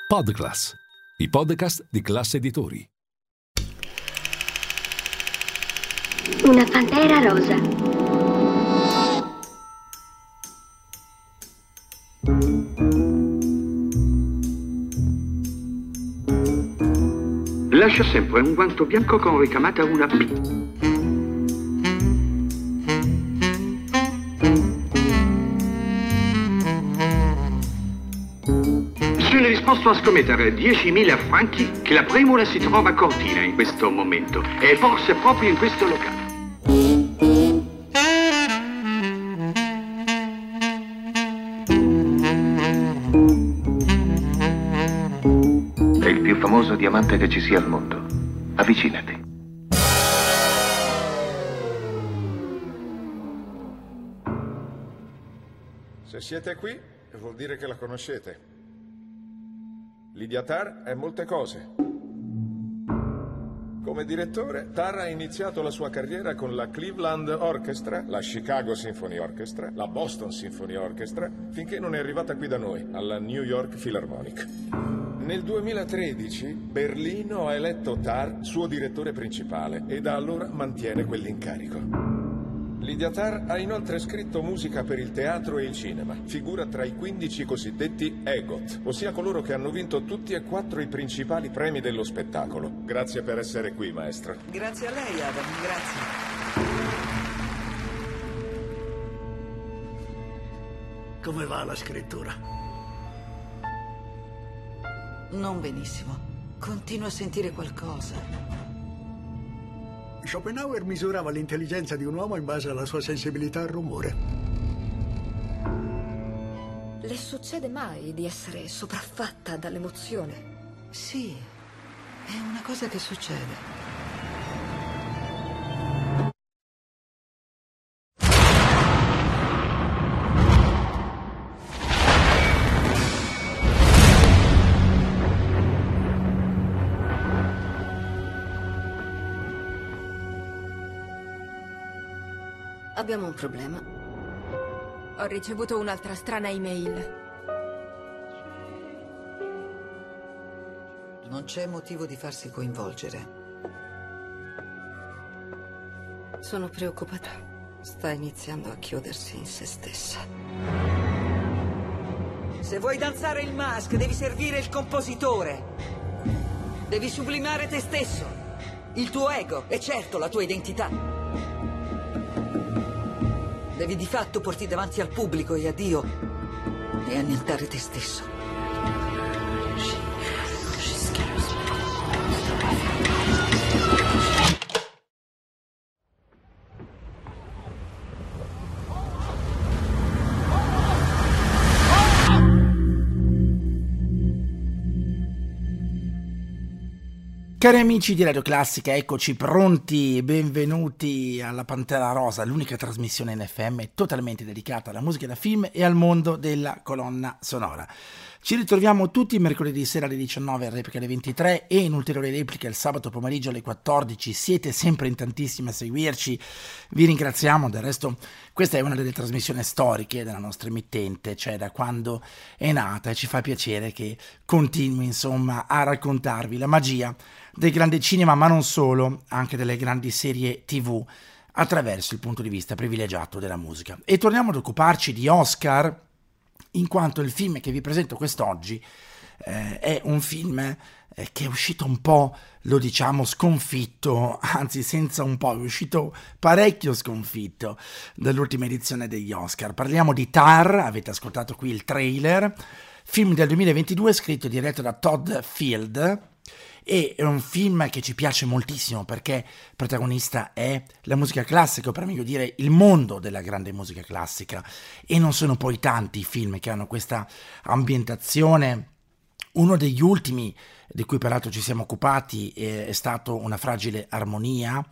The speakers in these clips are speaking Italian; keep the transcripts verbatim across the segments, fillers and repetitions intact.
Podclass, i podcast di Class Editori. Una pantera rosa. Lascia sempre un guanto bianco con ricamata una P. Sono disposto a scommettere diecimila franchi che la Premula si trova a Cortina in questo momento e forse proprio in questo locale. È il più famoso diamante che ci sia al mondo. Avvicinati. Se siete qui, vuol dire che la conoscete. Lydia Tarr è molte cose. Come direttore, Tarr ha iniziato la sua carriera con la Cleveland Orchestra, la Chicago Symphony Orchestra, la Boston Symphony Orchestra, finché non è arrivata qui da noi, alla New York Philharmonic. Nel duemilatredici Berlino ha eletto Tarr suo direttore principale e da allora mantiene quell'incarico. Lydia Tarr ha inoltre scritto musica per il teatro e il cinema. Figura tra i quindici cosiddetti EGOT, ossia coloro che hanno vinto tutti e quattro i principali premi dello spettacolo. Grazie per essere qui, maestro. Grazie a lei, Adam, grazie. Come va la scrittura? Non benissimo. Continuo a sentire qualcosa. Schopenhauer misurava l'intelligenza di un uomo in base alla sua sensibilità al rumore. Le succede mai di essere sopraffatta dall'emozione? Sì, è una cosa che succede. Abbiamo un problema. Ho ricevuto un'altra strana email. Non c'è motivo di farsi coinvolgere. Sono preoccupata. Sta iniziando a chiudersi in se stessa. Se vuoi danzare il mask, devi servire il compositore. Devi sublimare te stesso, il tuo ego e certo la tua identità. Devi di fatto porti davanti al pubblico e a Dio e annientare te stesso. Cari amici di Radio Classica, eccoci pronti, benvenuti alla Pantera Rosa, l'unica trasmissione in F M totalmente dedicata alla musica da film e al mondo della colonna sonora. Ci ritroviamo tutti il mercoledì sera alle diciannove, in replica alle ventitré e in ulteriore replica il sabato pomeriggio alle quattordici. Siete sempre in tantissimi a seguirci, vi ringraziamo. Del resto questa è una delle trasmissioni storiche della nostra emittente, cioè da quando è nata, e ci fa piacere che continui insomma a raccontarvi la magia del grande cinema, ma non solo, anche delle grandi serie tivù attraverso il punto di vista privilegiato della musica. E torniamo ad occuparci di Oscar, in quanto il film che vi presento quest'oggi eh, è un film eh, che è uscito un po', lo diciamo, sconfitto, anzi senza un po', è uscito parecchio sconfitto dall'ultima edizione degli Oscar. Parliamo di Tar, avete ascoltato qui il trailer, film del duemilaventidue scritto e diretto da Todd Field. E è un film che ci piace moltissimo perché protagonista è la musica classica, o per meglio dire il mondo della grande musica classica, e non sono poi tanti i film che hanno questa ambientazione. Uno degli ultimi di cui peraltro ci siamo occupati è stato Una fragile armonia,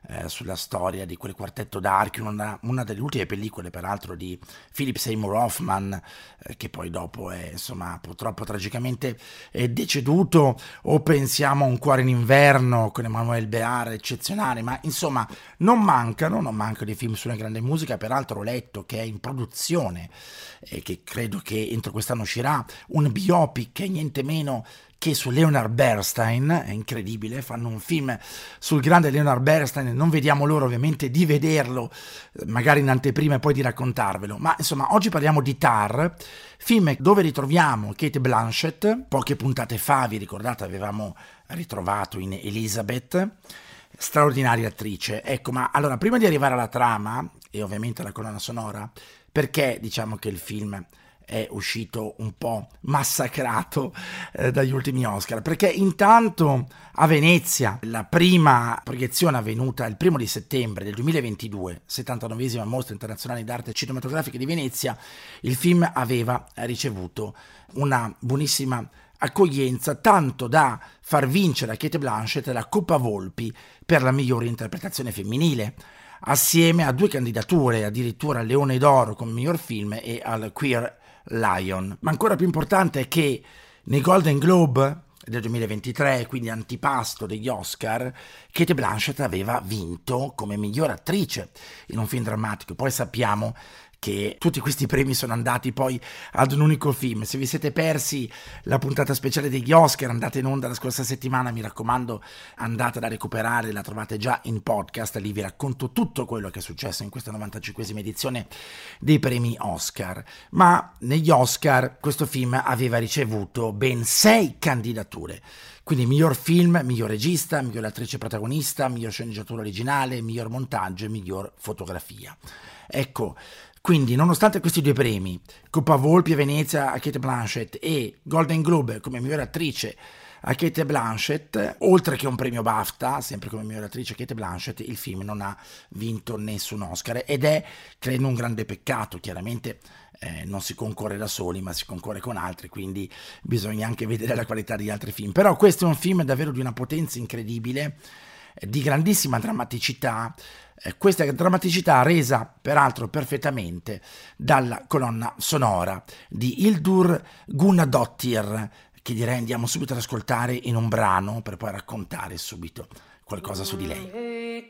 eh, sulla storia di quel quartetto d'archi, una, una delle ultime pellicole peraltro di Philip Seymour Hoffman, eh, che poi dopo è insomma purtroppo tragicamente è deceduto, o pensiamo a Un cuore in inverno con Emmanuel Béard, eccezionale, ma insomma non mancano, non mancano i film sulla grande musica. Peraltro ho letto che è in produzione e che credo che entro quest'anno uscirà un biopic e niente meno che su Leonard Bernstein. È incredibile, fanno un film sul grande Leonard Bernstein, non vediamo l'ora ovviamente di vederlo, magari in anteprima e poi di raccontarvelo, ma insomma oggi parliamo di Tar, film dove ritroviamo Cate Blanchett. Poche puntate fa, vi ricordate, avevamo ritrovato in Elizabeth, straordinaria attrice. Ecco, ma allora prima di arrivare alla trama e ovviamente alla colonna sonora, perché diciamo che il film è uscito un po' massacrato eh, dagli ultimi Oscar? Perché intanto a Venezia, la prima proiezione avvenuta il primo di settembre del duemilaventidue, settantanovesima Mostra Internazionale d'Arte Cinematografica di Venezia, il film aveva ricevuto una buonissima accoglienza, tanto da far vincere a Cate Blanchett la Coppa Volpi per la migliore interpretazione femminile, assieme a due candidature, addirittura al Leone d'Oro come miglior film e al Queer Lion. Ma ancora più importante è che nei Golden Globe del duemilaventitré, quindi antipasto degli Oscar, Cate Blanchett aveva vinto come miglior attrice in un film drammatico. Poi sappiamo che tutti questi premi sono andati poi ad un unico film. Se vi siete persi la puntata speciale degli Oscar, andate in onda la scorsa settimana, mi raccomando, andate a recuperare, la trovate già in podcast, lì vi racconto tutto quello che è successo in questa novantacinquesima edizione dei premi Oscar. Ma negli Oscar questo film aveva ricevuto ben sei candidature, quindi miglior film, miglior regista, miglior attrice protagonista, miglior sceneggiatura originale, miglior montaggio e miglior fotografia. Ecco, quindi nonostante questi due premi, Coppa Volpi a Venezia a Cate Blanchett e Golden Globe come miglior attrice a Cate Blanchett, oltre che un premio BAFTA, sempre come miglior attrice Cate Blanchett, il film non ha vinto nessun Oscar ed è, credo, un grande peccato. Chiaramente eh, non si concorre da soli, ma si concorre con altri, quindi bisogna anche vedere la qualità degli altri film. Però questo è un film davvero di una potenza incredibile, eh, di grandissima drammaticità, eh, questa drammaticità resa peraltro perfettamente dalla colonna sonora di Hildur Guðnadóttir, che direi andiamo subito ad ascoltare in un brano per poi raccontare subito qualcosa su di lei.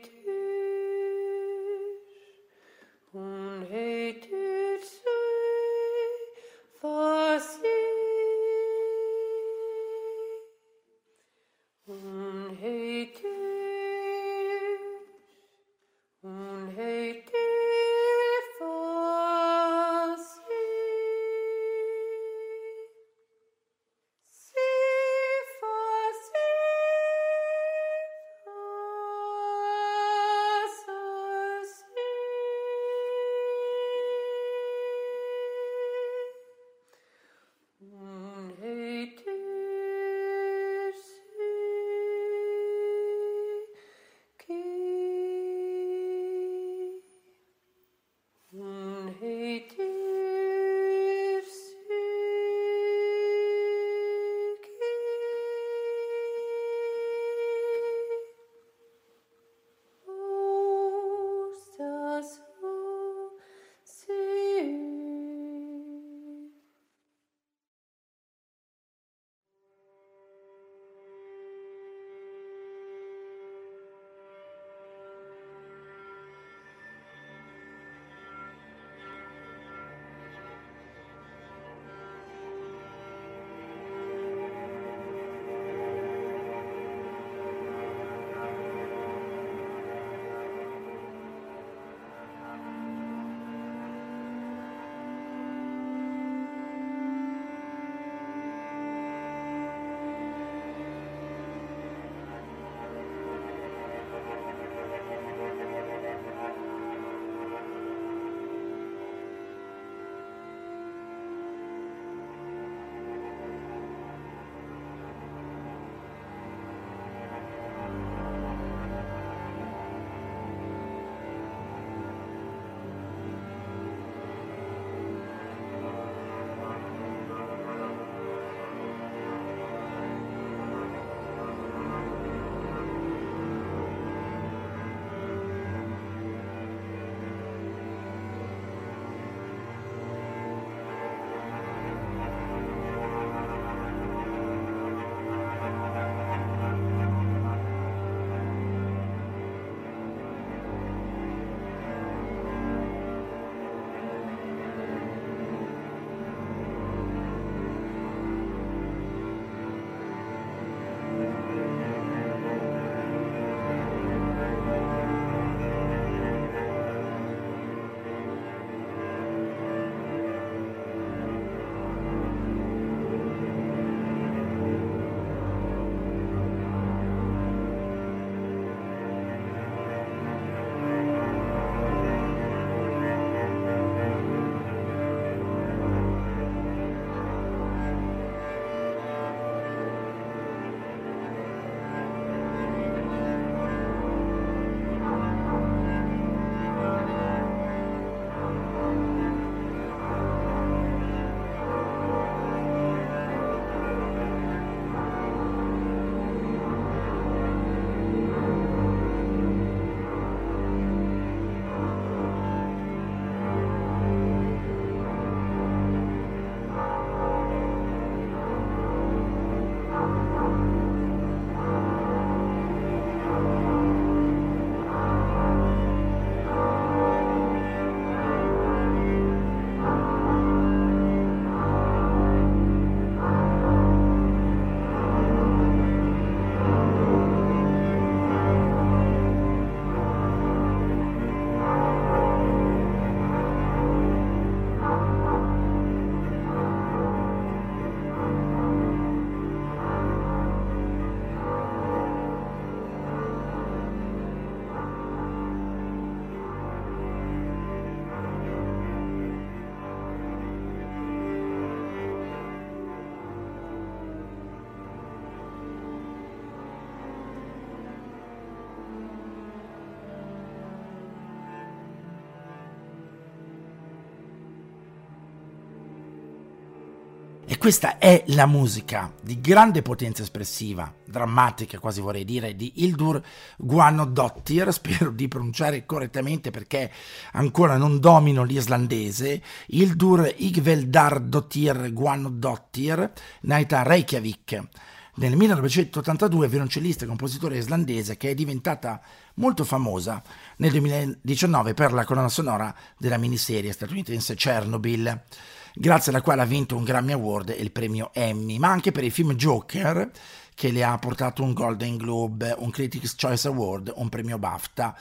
questa è la musica di grande potenza espressiva, drammatica quasi vorrei dire, di Hildur Guðnadóttir, spero di pronunciare correttamente perché ancora non domino l'islandese. Hildur Ingveldarardóttir Guðnadóttir, nata a Reykjavik nel millenovecentottantadue, violoncellista e compositore islandese che è diventata molto famosa nel duemiladiciannove per la colonna sonora della miniserie statunitense Chernobyl, grazie alla quale ha vinto un Grammy Award e il premio Emmy, ma anche per il film Joker, che le ha portato un Golden Globe, un Critics' Choice Award, un premio BAFTA,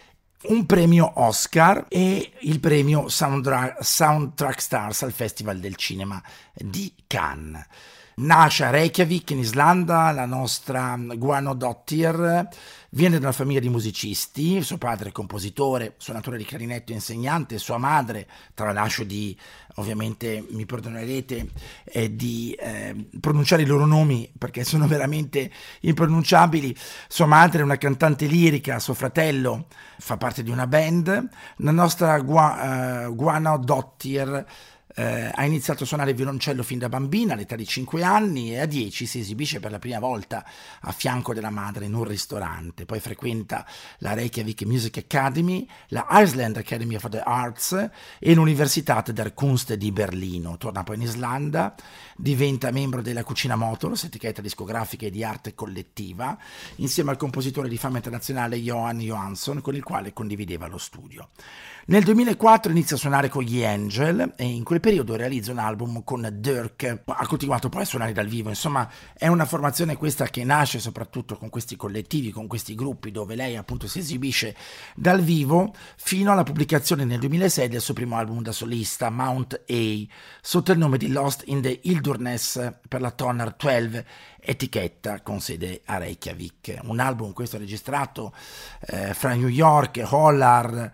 un premio Oscar e il premio Soundtra- Soundtrack Stars al Festival del Cinema di Cannes. Nasce a Reykjavik in Islanda, la nostra Guðnadóttir viene da una famiglia di musicisti, suo padre è compositore, suonatore di clarinetto e insegnante, sua madre, tralascio di, ovviamente mi perdonerete, eh, di eh, pronunciare i loro nomi perché sono veramente impronunciabili, sua madre è una cantante lirica, suo fratello fa parte di una band, la nostra Gua- uh, Guðnadóttir Eh, ha iniziato a suonare il violoncello fin da bambina all'età di cinque anni e a dieci si esibisce per la prima volta a fianco della madre in un ristorante. Poi frequenta la Reykjavik Music Academy, la Iceland Academy of the Arts e l'Universität der Kunst di Berlino. Torna poi in Islanda, diventa membro della Cucina Motors, etichetta discografica e di arte collettiva, insieme al compositore di fama internazionale Johan Johansson, con il quale condivideva lo studio. Nel duemilaquattro inizia a suonare con gli Angel e in quel periodo realizza un album con Dirk. Ha continuato poi a suonare dal vivo, insomma è una formazione questa che nasce soprattutto con questi collettivi, con questi gruppi dove lei appunto si esibisce dal vivo, fino alla pubblicazione nel duemilasei del suo primo album da solista, Mount A, sotto il nome di Lost in the Wilderness per la Tonner dodici, etichetta con sede a Reykjavik. Un album questo registrato eh, fra New York, Hólar,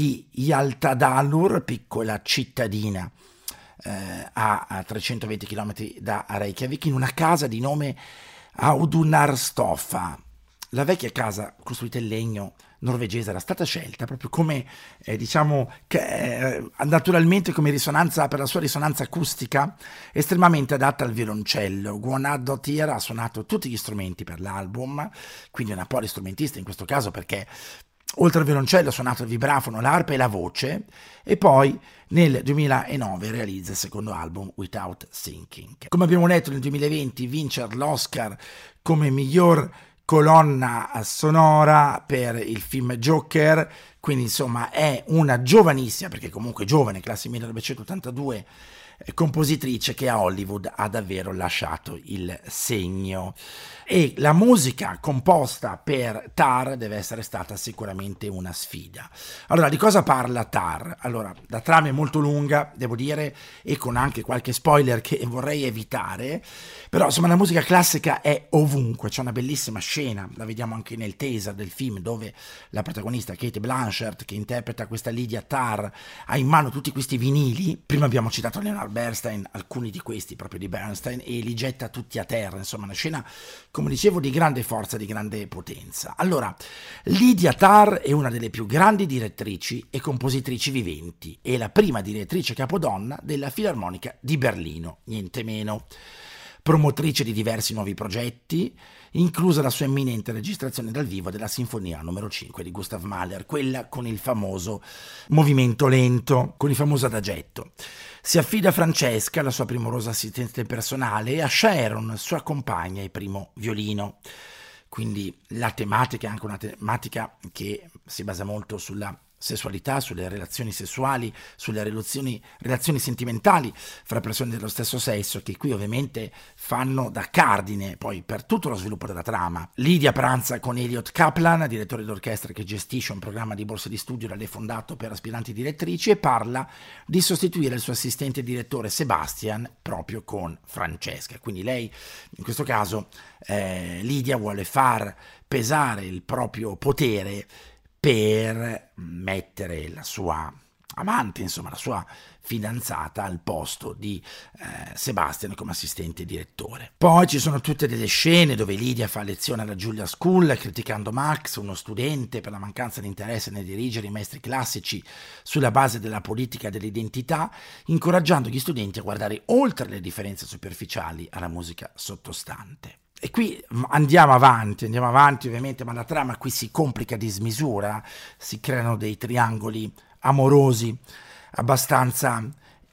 Hjaltadalur, piccola cittadina eh, a, a trecentoventi chilometri da Reykjavik, in una casa di nome Audunarstofa. La vecchia casa costruita in legno norvegese era stata scelta proprio come eh, diciamo che, eh, naturalmente come risonanza, per la sua risonanza acustica estremamente adatta al violoncello. Guðnadóttir ha suonato tutti gli strumenti per l'album, quindi una polistrumentista in questo caso perché oltre al violoncello ha suonato il vibrafono, l'arpa e la voce, e poi nel duemilanove realizza il secondo album Without Thinking. Come abbiamo letto nel duemilaventi vince l'Oscar come miglior colonna sonora per il film Joker, quindi insomma è una giovanissima, perché comunque giovane, classe millenovecentottantadue, compositrice che a Hollywood ha davvero lasciato il segno. E la musica composta per Tar deve essere stata sicuramente una sfida. Allora, di cosa parla Tar? Allora, la trama è molto lunga, devo dire, e con anche qualche spoiler che vorrei evitare, però insomma la musica classica è ovunque. C'è una bellissima scena, la vediamo anche nel teaser del film, dove la protagonista Cate Blanchett, che interpreta questa Lydia Tar, ha in mano tutti questi vinili. Prima abbiamo citato Leonard Bernstein, alcuni di questi proprio di Bernstein, e li getta tutti a terra. Insomma, una scena, come dicevo, di grande forza, di grande potenza. Allora, Lydia Tar è una delle più grandi direttrici e compositrici viventi, è la prima direttrice capodonna della Filarmonica di Berlino, niente meno. Promotrice di diversi nuovi progetti, inclusa la sua imminente registrazione dal vivo della Sinfonia numero cinque di Gustav Mahler, quella con il famoso movimento lento, con il famoso adagetto. Si affida a Francesca, la sua primorosa assistente personale, e a Sharon, sua compagna e primo violino. Quindi la tematica è anche una tematica che si basa molto sulla sessualità, sulle relazioni sessuali, sulle relazioni, relazioni sentimentali fra persone dello stesso sesso, che qui ovviamente fanno da cardine poi per tutto lo sviluppo della trama. Lydia pranza con Elliot Kaplan, direttore d'orchestra che gestisce un programma di borse di studio da lei fondato per aspiranti direttrici, e parla di sostituire il suo assistente direttore Sebastian proprio con Francesca. Quindi lei, in questo caso, eh, Lydia vuole far pesare il proprio potere per mettere la sua amante, insomma la sua fidanzata, al posto di eh, Sebastian come assistente direttore. Poi ci sono tutte delle scene dove Lydia fa lezione alla Julia School criticando Max, uno studente, per la mancanza di interesse nel dirigere i maestri classici sulla base della politica dell'identità, incoraggiando gli studenti a guardare oltre le differenze superficiali alla musica sottostante. E qui andiamo avanti, andiamo avanti ovviamente, ma la trama qui si complica a dismisura, si creano dei triangoli amorosi abbastanza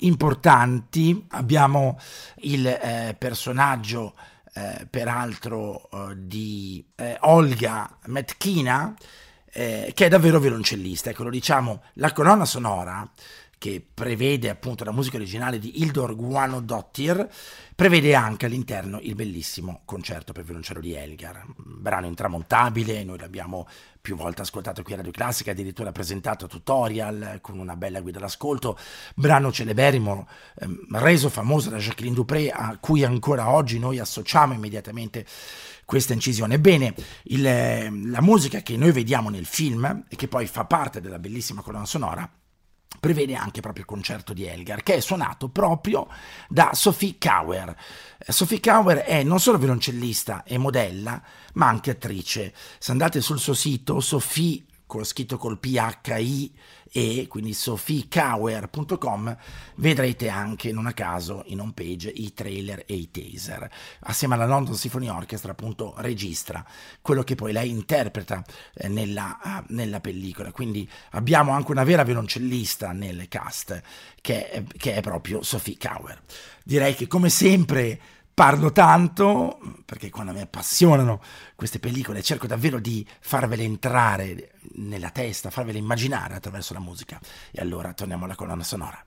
importanti. Abbiamo il eh, personaggio eh, peraltro eh, di eh, Olga Metkina, eh, che è davvero violoncellista. Ecco, lo diciamo, la colonna sonora, che prevede appunto la musica originale di Hildur Guðnadóttir, prevede anche all'interno il bellissimo concerto per violoncello di Elgar, un brano intramontabile. Noi l'abbiamo più volte ascoltato qui a Radio Classica, addirittura presentato tutorial con una bella guida d'ascolto, brano celeberrimo, ehm, reso famoso da Jacqueline Dupré, a cui ancora oggi noi associamo immediatamente questa incisione. Ebbene, il, la musica che noi vediamo nel film e che poi fa parte della bellissima colonna sonora prevede anche proprio il concerto di Elgar, che è suonato proprio da Sophie Kauer. Sophie Kauer è non solo violoncellista e modella, ma anche attrice. Se andate sul suo sito, Sophie, scritto col P H I E, quindi sophie kauer punto com, vedrete anche, non a caso, in home page i trailer e i teaser. Assieme alla London Symphony Orchestra, appunto, registra quello che poi lei interpreta eh, nella, uh, nella pellicola. Quindi abbiamo anche una vera violoncellista nel cast, che è, che è proprio Sophie Kauer. Direi che, come sempre, parlo tanto, perché quando mi appassionano queste pellicole cerco davvero di farvele entrare nella testa, farvele immaginare attraverso la musica. E allora torniamo alla colonna sonora.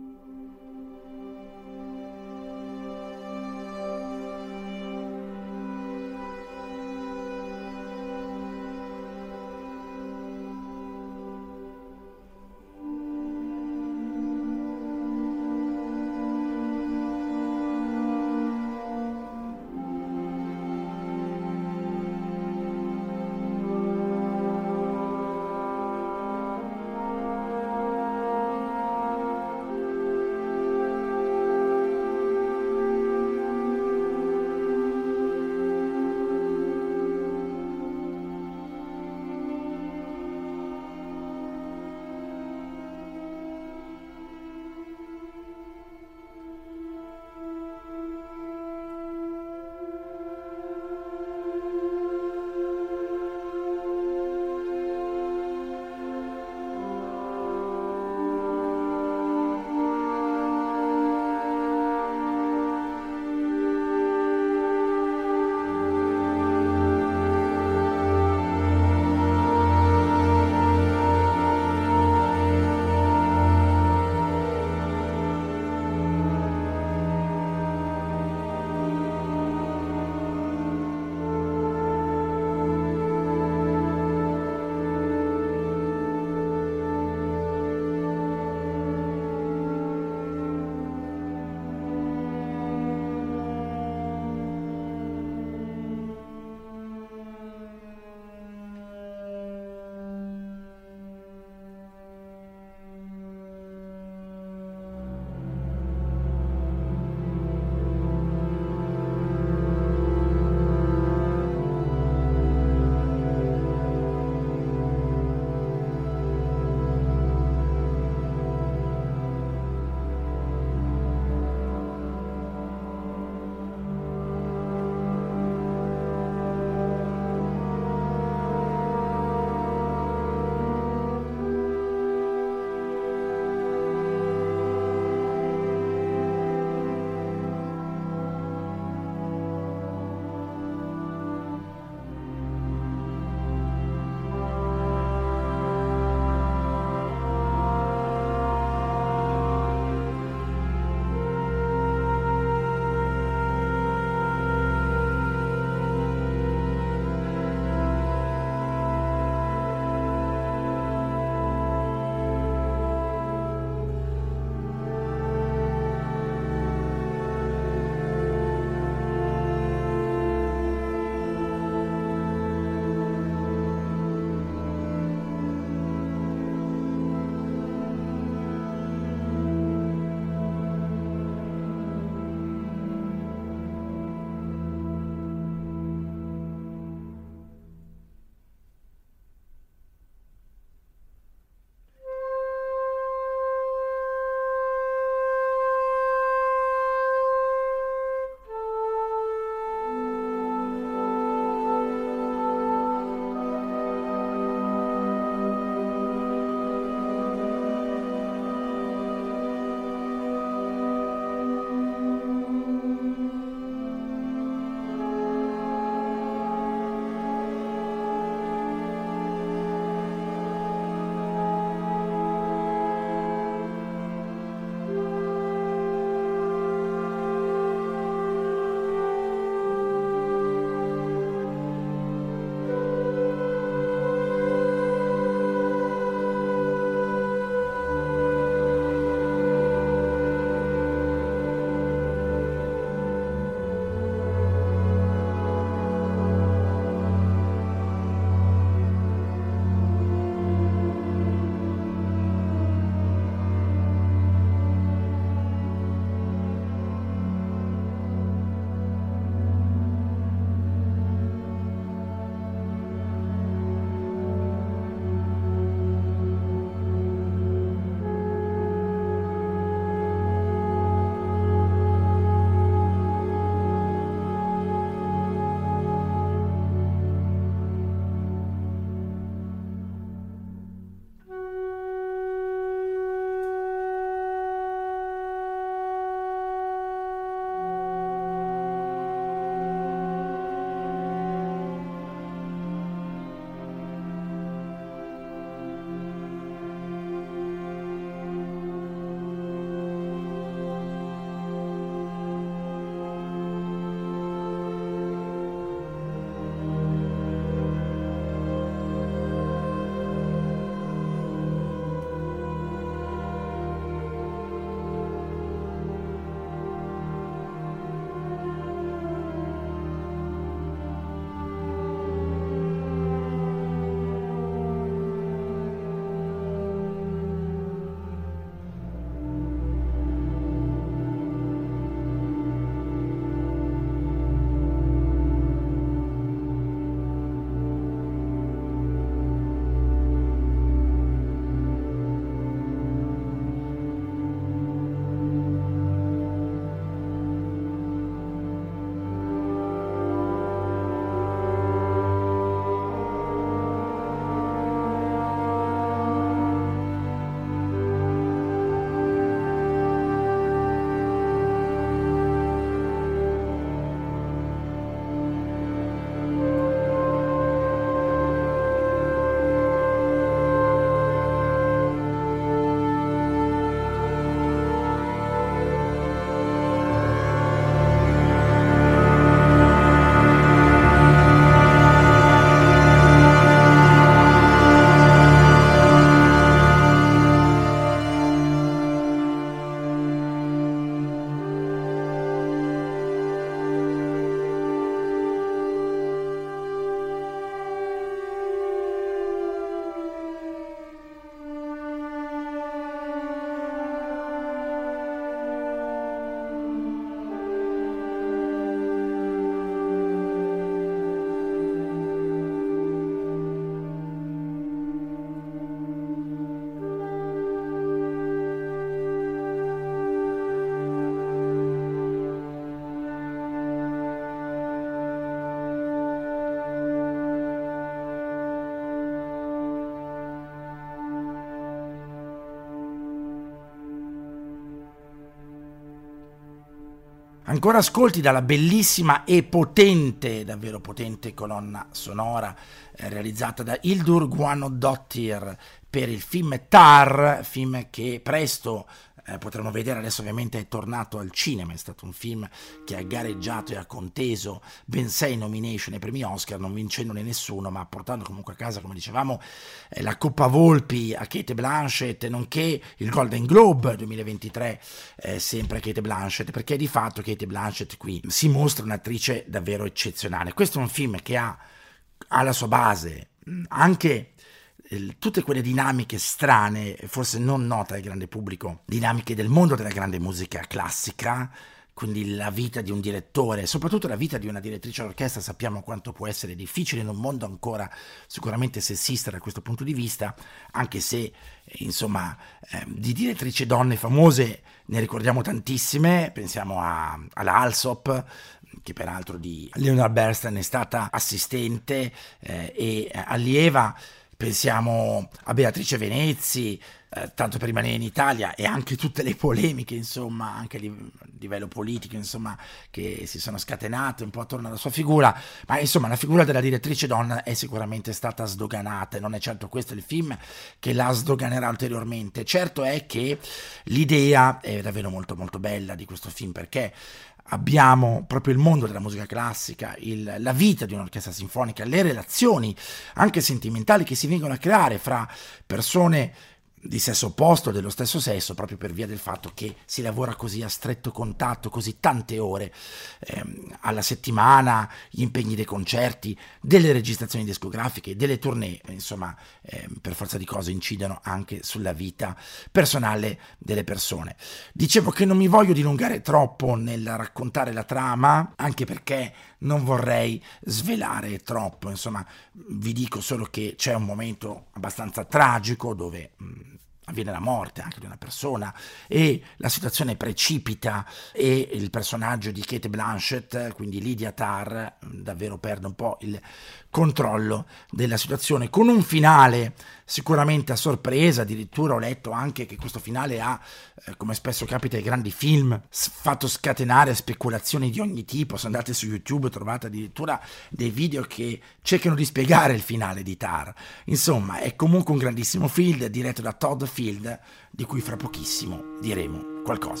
Ancora ascolti dalla bellissima e potente, davvero potente colonna sonora eh, realizzata da Hildur Guðnadóttir per il film Tar, film che presto eh, potremo vedere. Adesso ovviamente è tornato al cinema, è stato un film che ha gareggiato e ha conteso ben sei nomination ai premi Oscar, non vincendone nessuno, ma portando comunque a casa, come dicevamo, eh, la Coppa Volpi a Cate Blanchett, nonché il Golden Globe duemilaventitré eh, sempre a Cate Blanchett, perché di fatto Cate Blanchett qui si mostra un'attrice davvero eccezionale. Questo è un film che ha alla sua base anche tutte quelle dinamiche strane, forse non note al grande pubblico, dinamiche del mondo della grande musica classica, quindi la vita di un direttore, soprattutto la vita di una direttrice d'orchestra. Sappiamo quanto può essere difficile in un mondo ancora sicuramente sessista da questo punto di vista, anche se insomma eh, di direttrici donne famose ne ricordiamo tantissime. Pensiamo a, alla Alsop, che peraltro di Leonard Bernstein è stata assistente eh, e allieva. Pensiamo a Beatrice Venezzi, eh, tanto per rimanere in Italia, e anche tutte le polemiche, insomma, anche a livello politico, insomma, che si sono scatenate un po' attorno alla sua figura. Ma insomma, la figura della direttrice donna è sicuramente stata sdoganata, e non è certo questo il film che la sdoganerà ulteriormente. Certo è che l'idea è davvero molto molto bella di questo film, perché abbiamo proprio il mondo della musica classica, il, la vita di un'orchestra sinfonica, le relazioni anche sentimentali che si vengono a creare fra persone di sesso opposto, dello stesso sesso, proprio per via del fatto che si lavora così a stretto contatto, così tante ore ehm, alla settimana, gli impegni dei concerti, delle registrazioni discografiche, delle tournée, insomma, ehm, per forza di cose incidono anche sulla vita personale delle persone. Dicevo che non mi voglio dilungare troppo nel raccontare la trama, anche perché non vorrei svelare troppo. Insomma, vi dico solo che c'è un momento abbastanza tragico dove mh, avviene la morte anche di una persona e la situazione precipita, e il personaggio di Cate Blanchett, quindi Lydia Tarr, davvero perde un po' il controllo della situazione, con un finale sicuramente a sorpresa. Addirittura ho letto anche che questo finale ha, eh, come spesso capita ai grandi film, fatto scatenare speculazioni di ogni tipo. Se andate su YouTube trovate addirittura dei video che cercano di spiegare il finale di Tar. Insomma, è comunque un grandissimo film diretto da Todd Field, di cui fra pochissimo diremo qualcosa.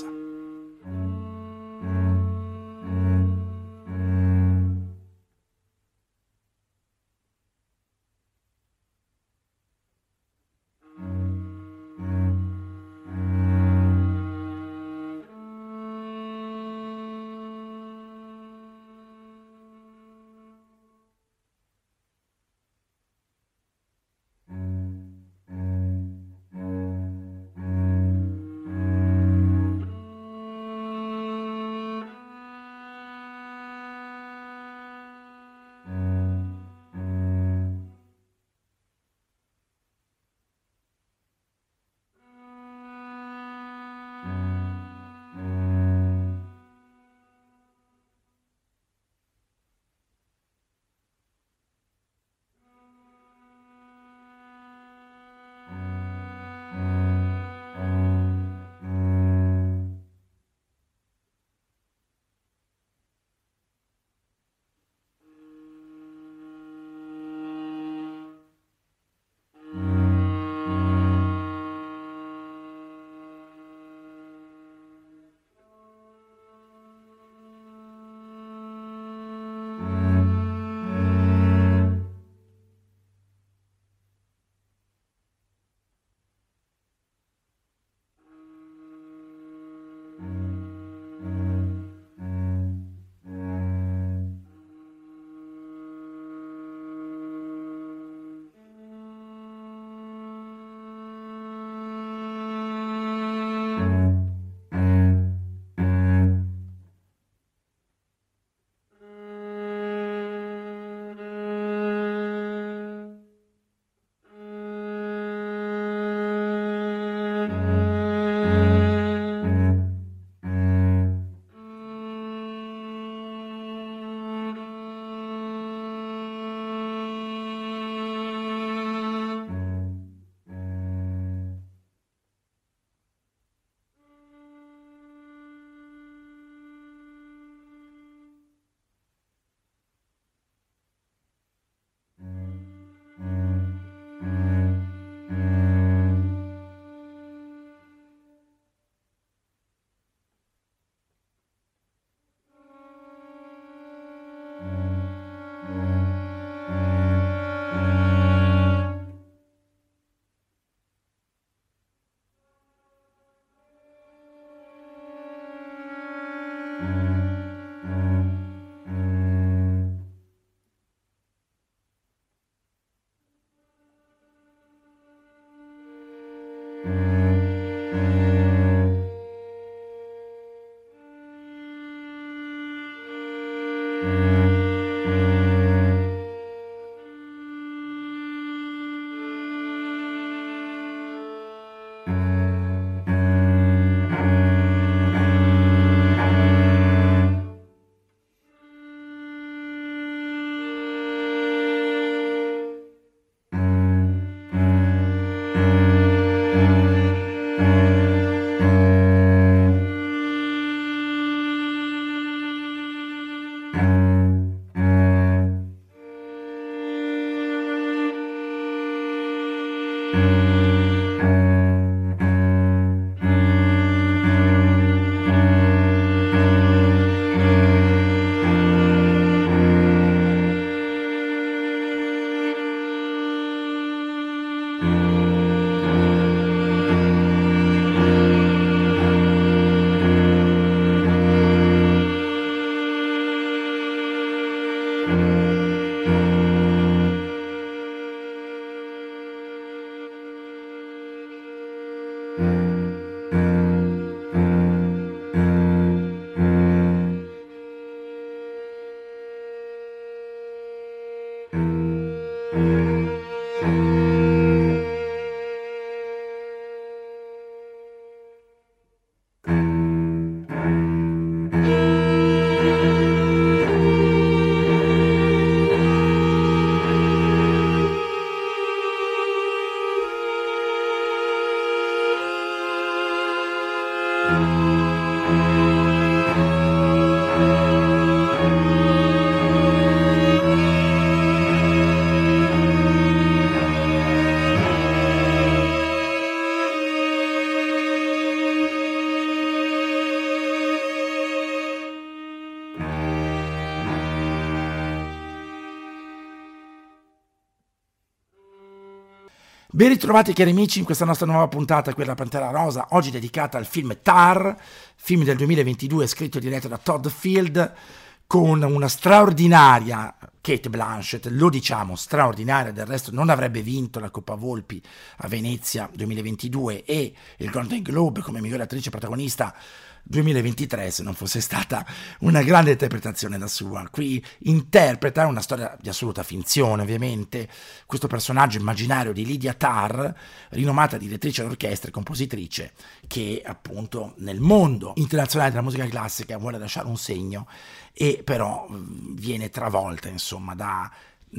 Ben ritrovati cari amici in questa nostra nuova puntata qui della Pantera Rosa, oggi dedicata al film Tar, film del duemilaventidue scritto e diretto da Todd Field, con una straordinaria Cate Blanchett, lo diciamo, straordinaria, del resto non avrebbe vinto la Coppa Volpi a Venezia duemilaventidue e il Golden Globe come migliore attrice protagonista duemilaventitré se non fosse stata una grande interpretazione la sua. Qui interpreta una storia di assoluta finzione, ovviamente, questo personaggio immaginario di Lydia Tarr, rinomata direttrice d'orchestra e compositrice, che appunto nel mondo internazionale della musica classica vuole lasciare un segno e però viene travolta insomma da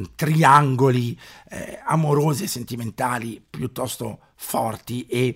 triangoli eh, amorosi e sentimentali piuttosto forti e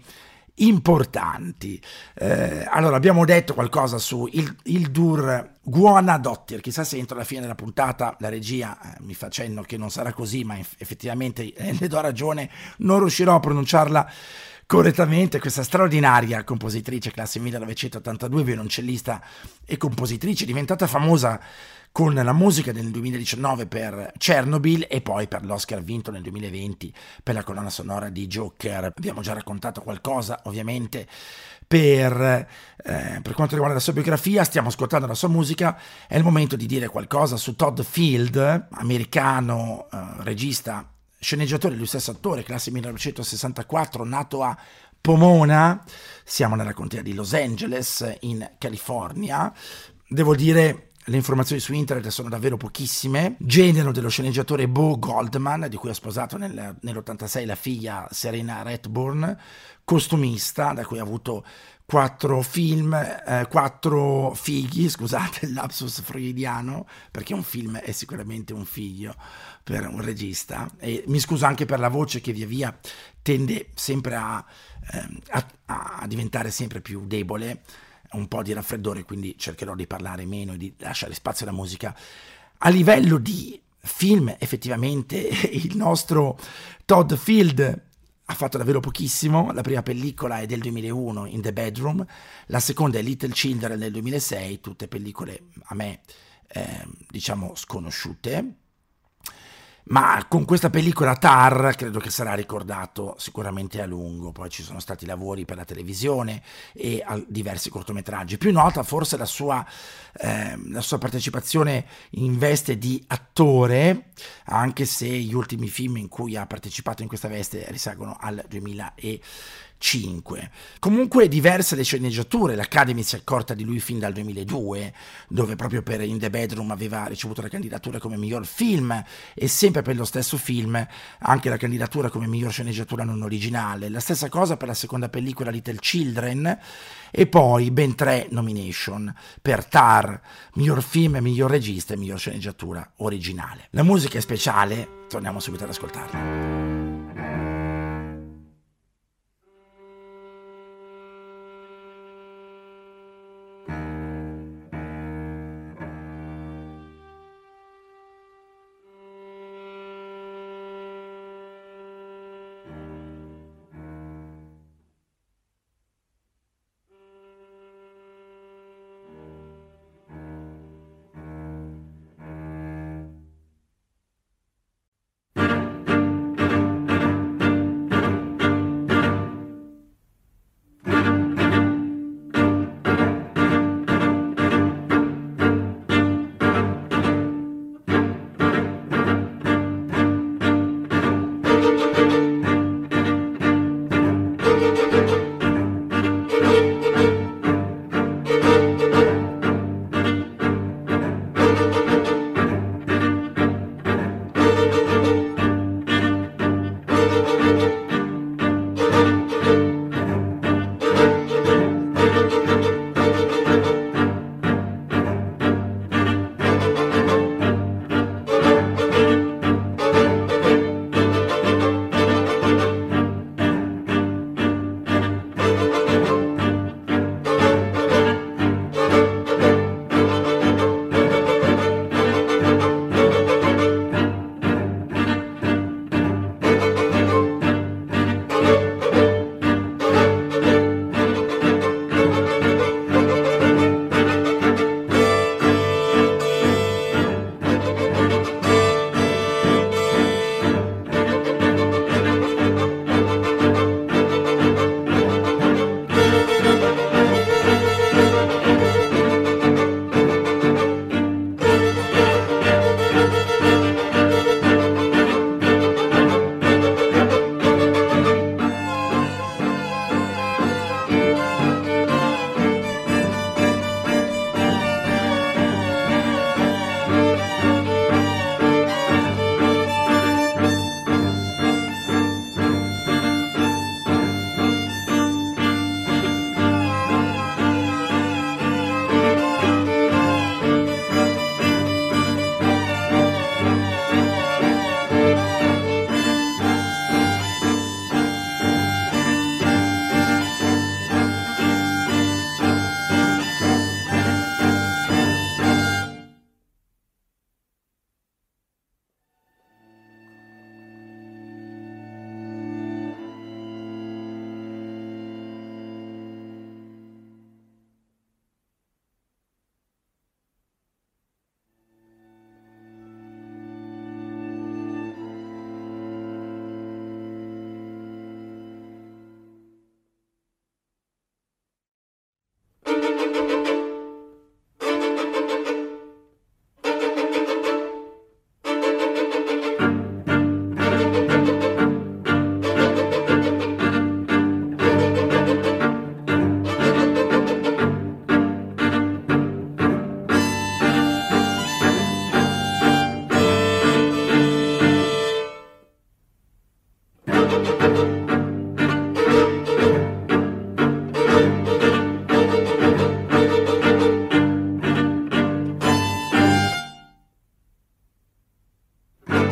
importanti. Eh, allora abbiamo detto qualcosa su il, il Dur Guanadottir, chissà se entro alla fine della puntata la regia eh, mi fa cenno che non sarà così, ma effettivamente eh, le do ragione, non riuscirò a pronunciarla correttamente. Questa straordinaria compositrice classe millenovecentottantadue, violoncellista e compositrice, diventata famosa con la musica del duemiladiciannove per Chernobyl e poi per l'Oscar vinto nel duemilaventi per la colonna sonora di Joker. Abbiamo già raccontato qualcosa ovviamente per, eh, per quanto riguarda la sua biografia, stiamo ascoltando la sua musica, è il momento di dire qualcosa su Todd Field, americano, eh, regista, sceneggiatore, lui stesso attore, classe millenovecentosessantaquattro, nato a Pomona, siamo nella contea di Los Angeles in California. Devo dire, le informazioni su internet sono davvero pochissime. Genero dello sceneggiatore Bo Goldman, di cui ha sposato nel, nell'ottantasei la figlia Serena Redburn, costumista, da cui ha avuto quattro film, eh, quattro figli, scusate il lapsus freudiano, perché un film è sicuramente un figlio per un regista, e mi scuso anche per la voce che via via tende sempre a, eh, a, a diventare sempre più debole, un po' di raffreddore, quindi cercherò di parlare meno e di lasciare spazio alla musica. A livello di film, effettivamente, il nostro Todd Field ha fatto davvero pochissimo. La prima pellicola è del duemilauno, In the Bedroom, la seconda è Little Children del duemilasei, tutte pellicole a me, eh, diciamo, sconosciute. Ma con questa pellicola Tar credo che sarà ricordato sicuramente a lungo. Poi ci sono stati lavori per la televisione e diversi cortometraggi. Più nota forse la sua, eh, la sua partecipazione in veste di attore, anche se gli ultimi film in cui ha partecipato in questa veste risalgono al duemilacinque. Comunque diverse le sceneggiature, l'Academy si è accorta di lui fin dal duemiladue, dove proprio per In the Bedroom aveva ricevuto la candidatura come miglior film, e sempre per lo stesso film anche la candidatura come miglior sceneggiatura non originale. La stessa cosa per la seconda pellicola Little Children, e poi ben tre nomination per Tar, miglior film, miglior regista e miglior sceneggiatura originale. La musica è speciale, torniamo subito ad ascoltarla.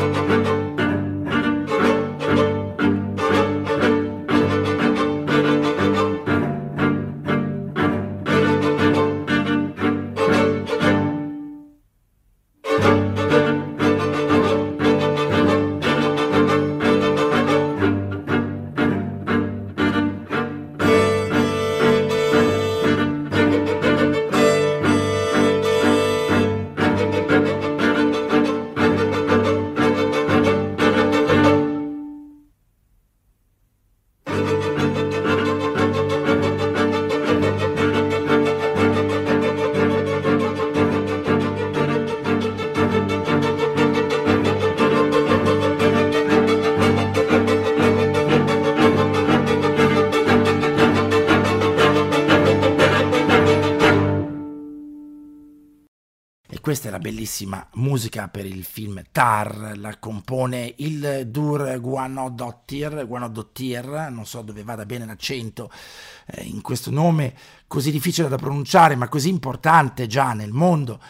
Questa è la bellissima musica per il film Tar, la compone Hildur Guðnadóttir, Guðnadóttir, non so dove vada bene l'accento eh, in questo nome così difficile da pronunciare ma così importante già nel mondo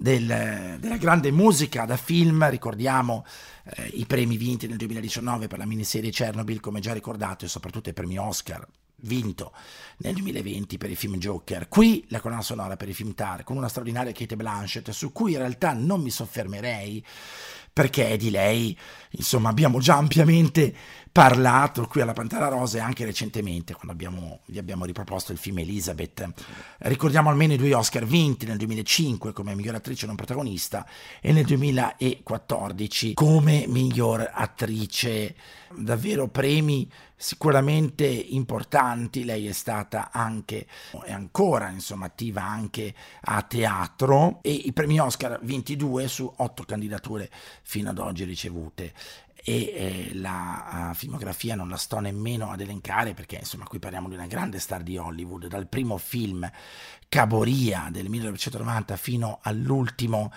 del, della grande musica da film. Ricordiamo eh, i premi vinti nel duemiladiciannove per la miniserie Chernobyl, come già ricordato, e soprattutto i premi Oscar vinto nel duemilaventi per il film Joker. Qui la colonna sonora per il film Tar, con una straordinaria Cate Blanchett, su cui in realtà non mi soffermerei perché di lei insomma abbiamo già ampiamente parlato qui alla Pantera Rosa e anche recentemente quando abbiamo, vi abbiamo riproposto il film Elizabeth. Ricordiamo almeno i due Oscar vinti nel duemilacinque come miglior attrice non protagonista e nel duemilaquattordici come miglior attrice. Davvero premi sicuramente importanti. Lei è stata anche è ancora insomma attiva anche a teatro, e i premi Oscar vinti due su otto candidature fino ad oggi ricevute, e eh, la uh, filmografia non la sto nemmeno ad elencare perché insomma qui parliamo di una grande star di Hollywood, dal primo film Caboria del millenovecentonovanta fino all'ultimo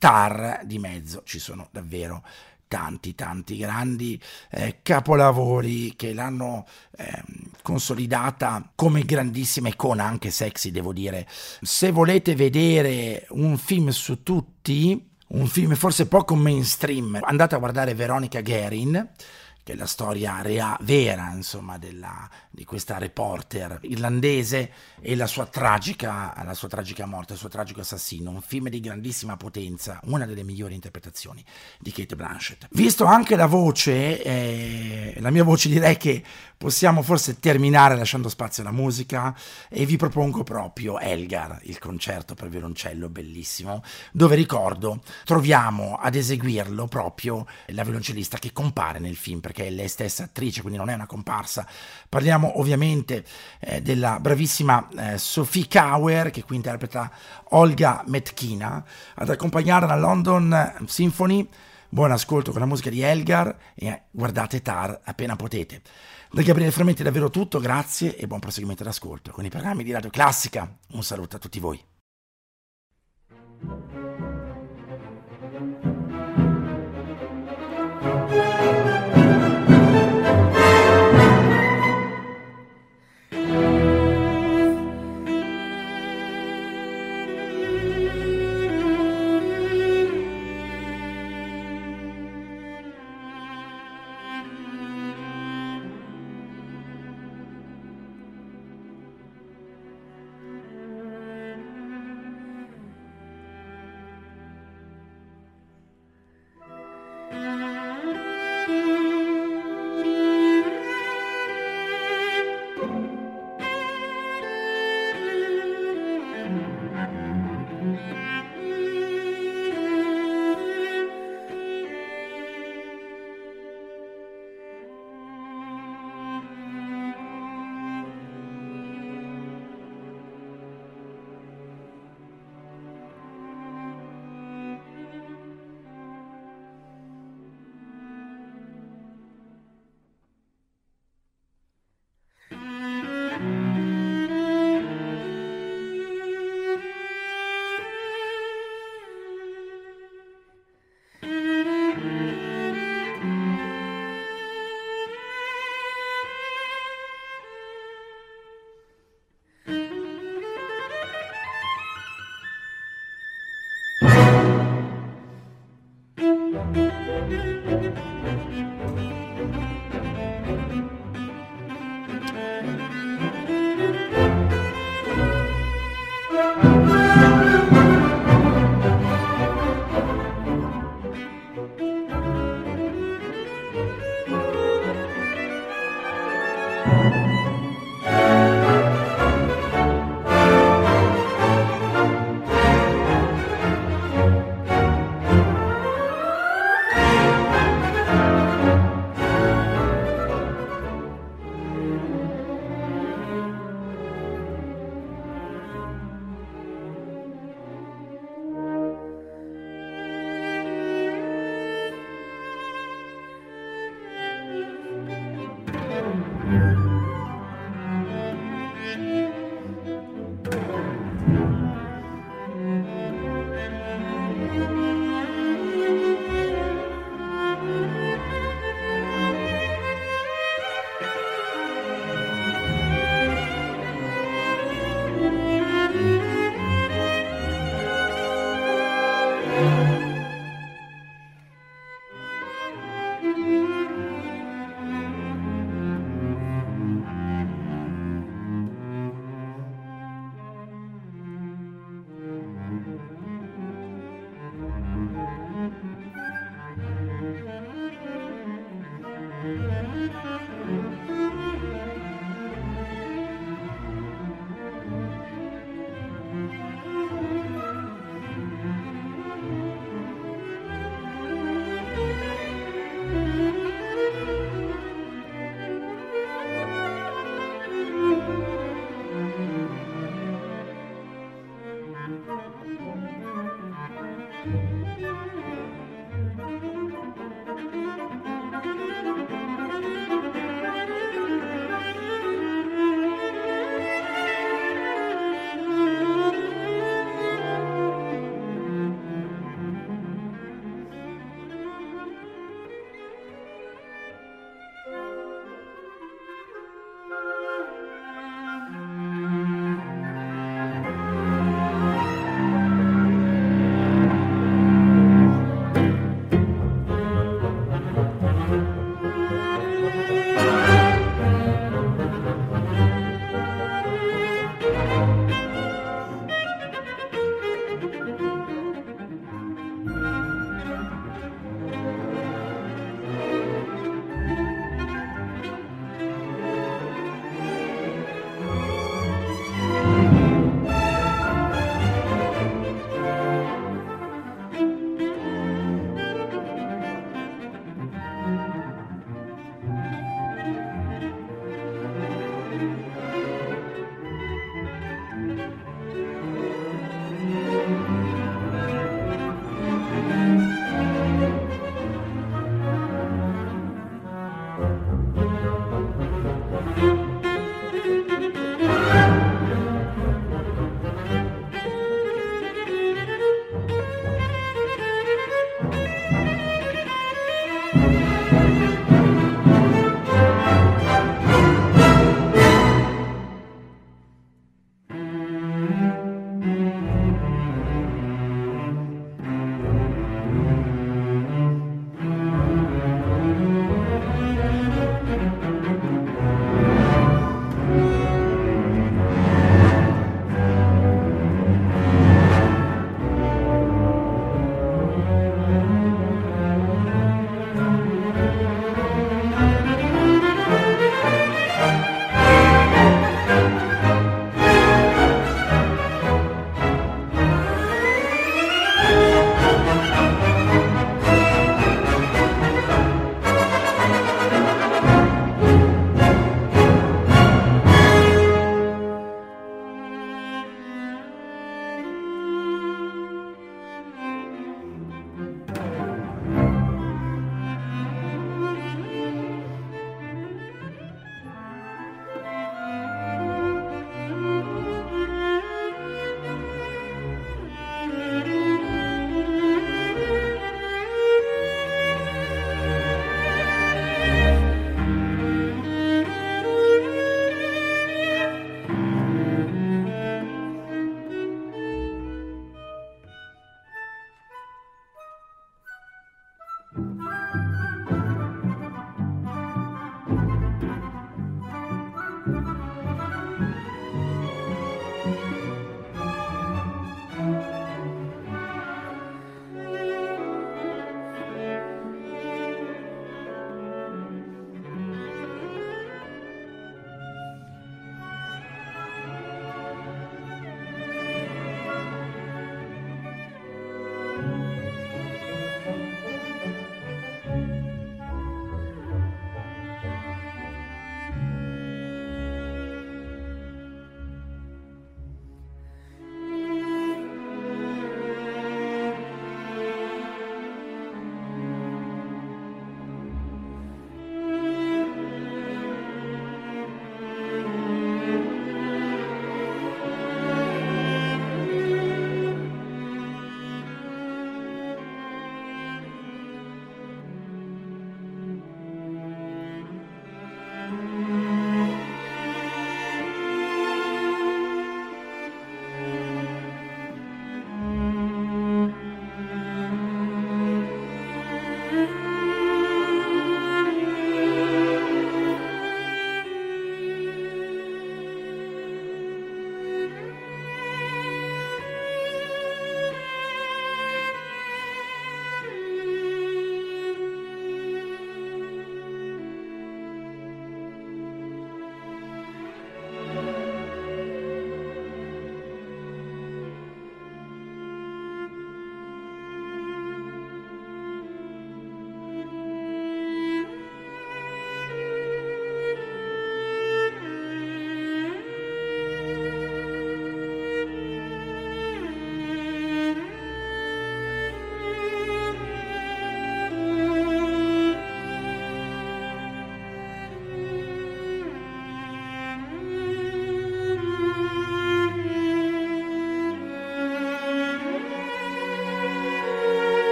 Tar di mezzo ci sono davvero tanti tanti grandi eh, capolavori che l'hanno eh, consolidata come grandissima icona, anche sexy devo dire. Se volete vedere un film su tutti, un film forse poco mainstream, andate a guardare Veronica Guerin, che è la storia rea, vera insomma della, di questa reporter irlandese e la sua tragica la sua tragica morte, il suo tragico assassino. Un film di grandissima potenza, una delle migliori interpretazioni di Cate Blanchett. Visto anche la voce, eh, la mia voce, direi che possiamo forse terminare lasciando spazio alla musica, e vi propongo proprio Elgar, il concerto per violoncello bellissimo, dove ricordo troviamo ad eseguirlo proprio la violoncellista che compare nel film, perché è lei stessa attrice, quindi non è una comparsa. Parliamo ovviamente eh, della bravissima eh, Sophie Kauer, che qui interpreta Olga Metkina, ad accompagnare la London Symphony. Buon ascolto con la musica di Elgar e guardate Tar appena potete. Da Gabriele Fromenti è davvero tutto, grazie e buon proseguimento d'ascolto con i programmi di Radio Classica. Un saluto a tutti voi.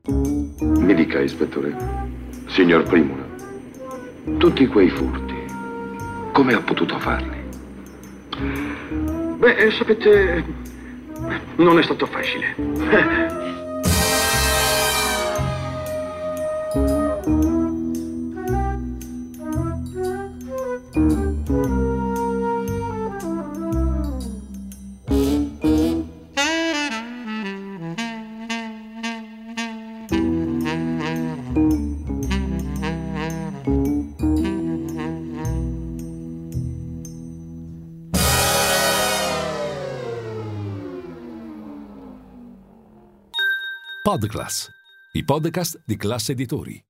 Mi dica, ispettore, signor Primula, tutti quei furti, come ha potuto farli? Beh, sapete, non è stato facile. Podclass, i podcast di Classe Editori.